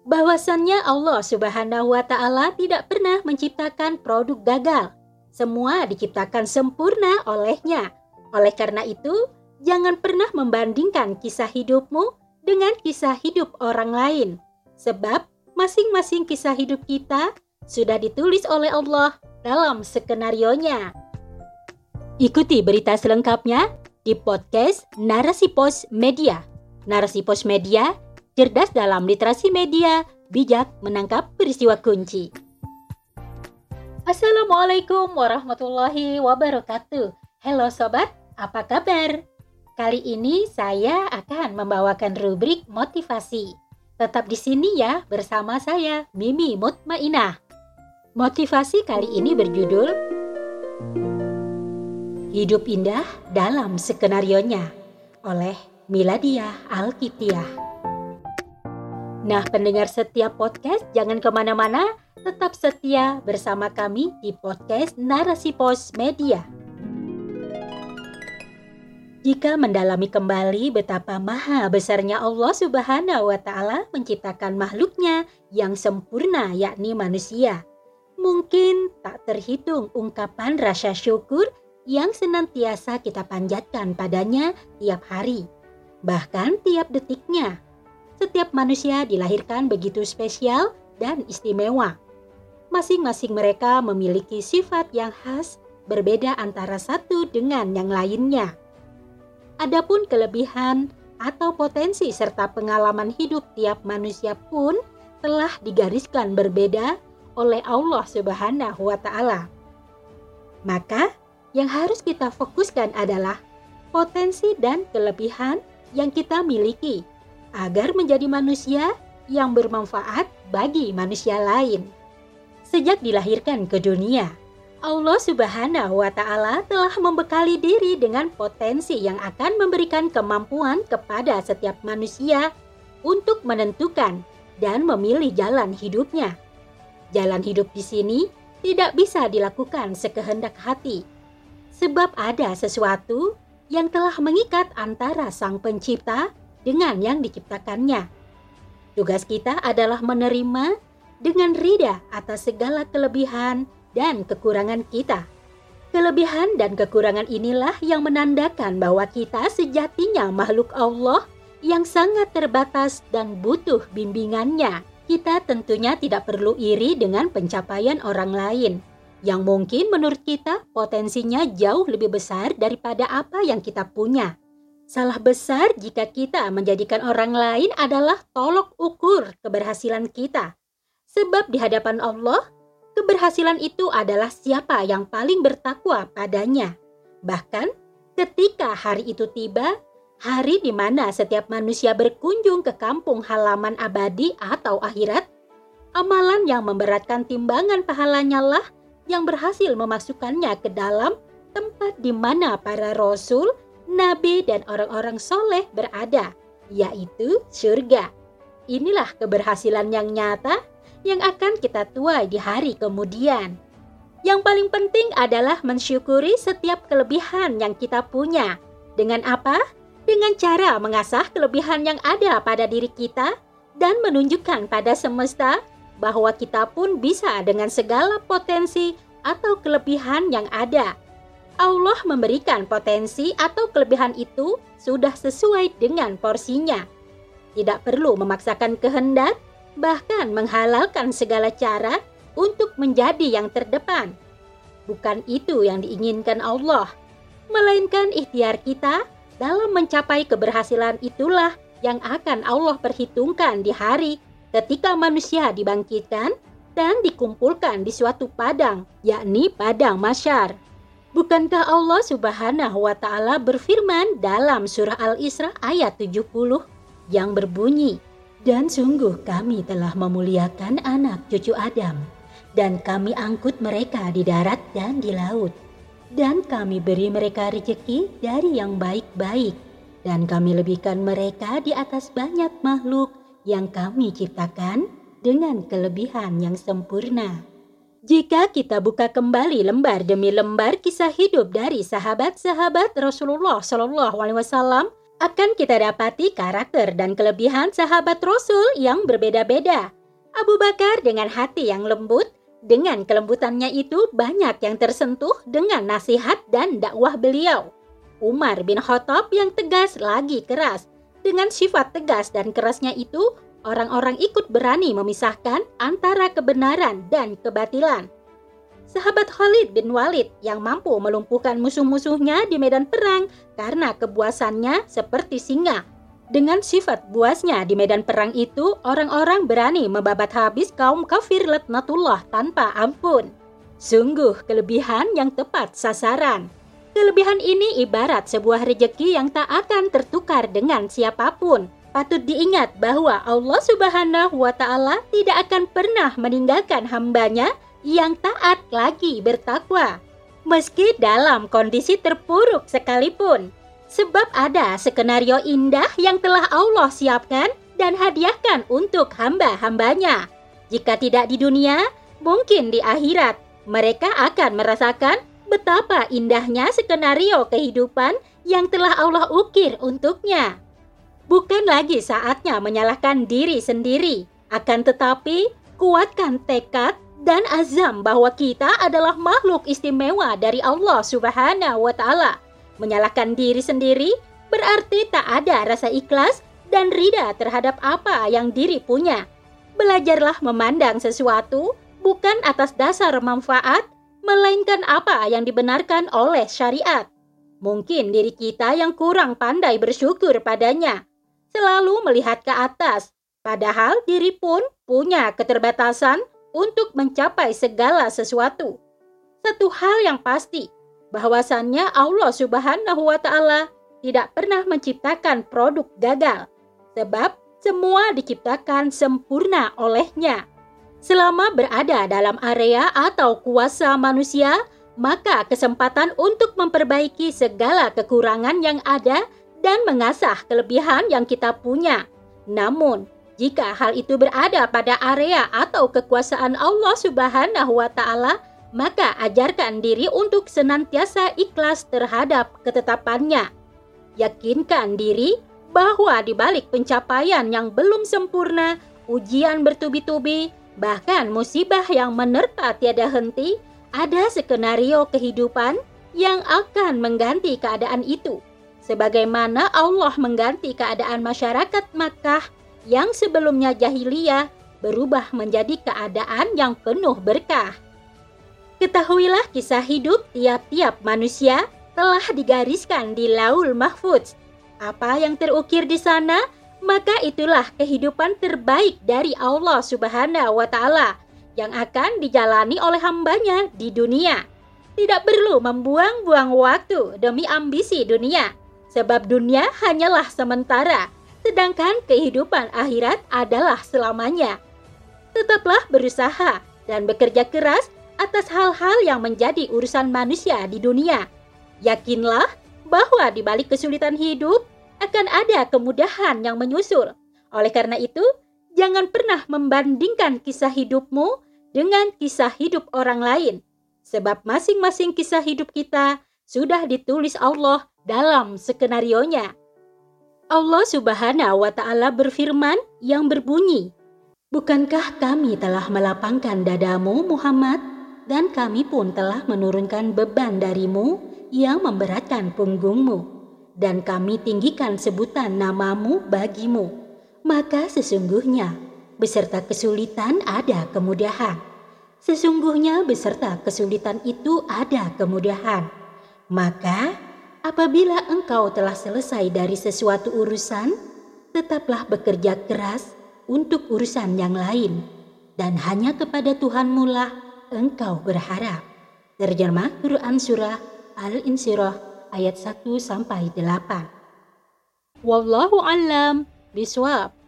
bahwasannya Allah Subhanahu wa Ta'ala tidak pernah menciptakan produk gagal. Semua diciptakan sempurna olehnya. Oleh karena itu, jangan pernah membandingkan kisah hidupmu dengan kisah hidup orang lain. Sebab masing-masing kisah hidup kita sudah ditulis oleh Allah dalam skenarionya. Ikuti berita selengkapnya di podcast Narasi Pos Media. Narasi Pos Media, cerdas dalam literasi media, bijak menangkap peristiwa kunci. Assalamualaikum warahmatullahi wabarakatuh. Halo sobat, apa kabar? Kali ini saya akan membawakan rubrik motivasi. Tetap di sini ya bersama saya, Mimi Mutmainah. Motivasi kali ini berjudul Hidup Indah dalam Skenarionya oleh Miladia Alkiptiah. Nah, pendengar setiap podcast, jangan kemana-mana, tetap setia bersama kami di podcast Narasi Pos Media. Jika mendalami kembali betapa maha besarnya Allah Subhanahu wa Ta'ala menciptakan makhluknya yang sempurna, yakni manusia, mungkin tak terhitung ungkapan rasa syukur yang senantiasa kita panjatkan padanya tiap hari, bahkan tiap detiknya. Setiap manusia dilahirkan begitu spesial dan istimewa. Masing-masing mereka memiliki sifat yang khas, berbeda antara satu dengan yang lainnya. Adapun kelebihan atau potensi serta pengalaman hidup tiap manusia pun telah digariskan berbeda oleh Allah Subhanahu wa Ta'ala. Maka, yang harus kita fokuskan adalah potensi dan kelebihan yang kita miliki agar menjadi manusia yang bermanfaat bagi manusia lain. Sejak dilahirkan ke dunia, Allah Subhanahu wa Ta'ala telah membekali diri dengan potensi yang akan memberikan kemampuan kepada setiap manusia untuk menentukan dan memilih jalan hidupnya. Jalan hidup di sini tidak bisa dilakukan sekehendak hati, sebab ada sesuatu yang telah mengikat antara Sang Pencipta dengan yang diciptakannya. Tugas kita adalah menerima dengan ridha atas segala kelebihan dan kekurangan kita. Kelebihan dan kekurangan inilah yang menandakan bahwa kita sejatinya makhluk Allah yang sangat terbatas dan butuh bimbingannya. Kita tentunya tidak perlu iri dengan pencapaian orang lain, yang mungkin menurut kita potensinya jauh lebih besar daripada apa yang kita punya. Salah besar jika kita menjadikan orang lain adalah tolok ukur keberhasilan kita. Sebab di hadapan Allah, keberhasilan itu adalah siapa yang paling bertakwa padanya. Bahkan ketika hari itu tiba, hari di mana setiap manusia berkunjung ke kampung halaman abadi atau akhirat, amalan yang memberatkan timbangan pahalanya lah yang berhasil memasukkannya ke dalam tempat di mana para rasul, nabi dan orang-orang soleh berada, yaitu surga. Inilah keberhasilan yang nyata yang akan kita tuai di hari kemudian. Yang paling penting adalah mensyukuri setiap kelebihan yang kita punya. Dengan apa? Dengan cara mengasah kelebihan yang ada pada diri kita dan menunjukkan pada semesta bahwa kita pun bisa dengan segala potensi atau kelebihan yang ada. Allah memberikan potensi atau kelebihan itu sudah sesuai dengan porsinya. Tidak perlu memaksakan kehendak, bahkan menghalalkan segala cara untuk menjadi yang terdepan. Bukan itu yang diinginkan Allah, melainkan ikhtiar kita dalam mencapai keberhasilan itulah yang akan Allah perhitungkan di hari ketika manusia dibangkitkan dan dikumpulkan di suatu padang, yakni padang mahsyar. Bukankah Allah Subhanahu wa Ta'ala berfirman dalam surah Al-Isra ayat 70 yang berbunyi, "Dan sungguh kami telah memuliakan anak cucu Adam, dan kami angkut mereka di darat dan di laut, dan kami beri mereka rezeki dari yang baik-baik, dan kami lebihkan mereka di atas banyak makhluk yang kami ciptakan dengan kelebihan yang sempurna." Jika kita buka kembali lembar demi lembar kisah hidup dari sahabat-sahabat Rasulullah SAW, akan kita dapati karakter dan kelebihan sahabat Rasul yang berbeda-beda. Abu Bakar dengan hati yang lembut, dengan kelembutannya itu banyak yang tersentuh dengan nasihat dan dakwah beliau. Umar bin Khattab yang tegas lagi keras. Dengan sifat tegas dan kerasnya itu, orang-orang ikut berani memisahkan antara kebenaran dan kebatilan. Sahabat Khalid bin Walid yang mampu melumpuhkan musuh-musuhnya di medan perang karena kebuasannya seperti singa. Dengan sifat buasnya di medan perang itu, orang-orang berani membabat habis kaum kafir laknatullah tanpa ampun. Sungguh kelebihan yang tepat sasaran. Kelebihan ini ibarat sebuah rejeki yang tak akan tertukar dengan siapapun. Patut diingat bahwa Allah Subhanahu wa Ta'ala tidak akan pernah meninggalkan hambanya yang taat lagi bertakwa, meski dalam kondisi terpuruk sekalipun. Sebab ada skenario indah yang telah Allah siapkan dan hadiahkan untuk hamba-hambanya. Jika tidak di dunia, mungkin di akhirat, mereka akan merasakan betapa indahnya skenario kehidupan yang telah Allah ukir untuknya. Bukan lagi saatnya menyalahkan diri sendiri, akan tetapi kuatkan tekad dan azam bahwa kita adalah makhluk istimewa dari Allah Subhanahu wa Ta'ala. Menyalahkan diri sendiri berarti tak ada rasa ikhlas dan ridha terhadap apa yang diri punya. Belajarlah memandang sesuatu bukan atas dasar manfaat, melainkan apa yang dibenarkan oleh syariat. Mungkin diri kita yang kurang pandai bersyukur padanya, selalu melihat ke atas, padahal diri pun punya keterbatasan untuk mencapai segala sesuatu. Satu hal yang pasti, bahwasannya Allah Subhanahu wa Ta'ala tidak pernah menciptakan produk gagal, sebab semua diciptakan sempurna olehnya. Selama berada dalam area atau kuasa manusia, maka kesempatan untuk memperbaiki segala kekurangan yang ada dan mengasah kelebihan yang kita punya. Namun, jika hal itu berada pada area atau kekuasaan Allah Subhanahu wa Ta'ala, maka ajarkan diri untuk senantiasa ikhlas terhadap ketetapannya. Yakinkan diri bahwa di balik pencapaian yang belum sempurna, ujian bertubi-tubi, bahkan musibah yang menerpa tiada henti, ada skenario kehidupan yang akan mengganti keadaan itu. Sebagaimana Allah mengganti keadaan masyarakat Makkah yang sebelumnya jahiliyah berubah menjadi keadaan yang penuh berkah. Ketahuilah kisah hidup tiap-tiap manusia telah digariskan di Laul Mahfudz. Apa yang terukir di sana, maka itulah kehidupan terbaik dari Allah Subhanahu wa Ta'ala yang akan dijalani oleh hambanya di dunia. Tidak perlu membuang-buang waktu demi ambisi dunia, sebab dunia hanyalah sementara, sedangkan kehidupan akhirat adalah selamanya. Tetaplah berusaha dan bekerja keras atas hal-hal yang menjadi urusan manusia di dunia. Yakinlah bahwa di balik kesulitan hidup akan ada kemudahan yang menyusul. Oleh karena itu, jangan pernah membandingkan kisah hidupmu dengan kisah hidup orang lain, sebab masing-masing kisah hidup kita sudah ditulis Allah dalam skenarionya. Allah Subhanahu wa Ta'ala berfirman yang berbunyi, "Bukankah kami telah melapangkan dadamu Muhammad, dan kami pun telah menurunkan beban darimu yang memberatkan punggungmu, dan kami tinggikan sebutan namamu bagimu. Maka sesungguhnya beserta kesulitan ada kemudahan. Sesungguhnya beserta kesulitan itu ada kemudahan. Maka apabila engkau telah selesai dari sesuatu urusan, tetaplah bekerja keras untuk urusan yang lain, dan hanya kepada Tuhanmu lah engkau berharap." Terjemah Quran Surah Al-Insyirah ayat 1-8. Wallahu a'lam bishawab.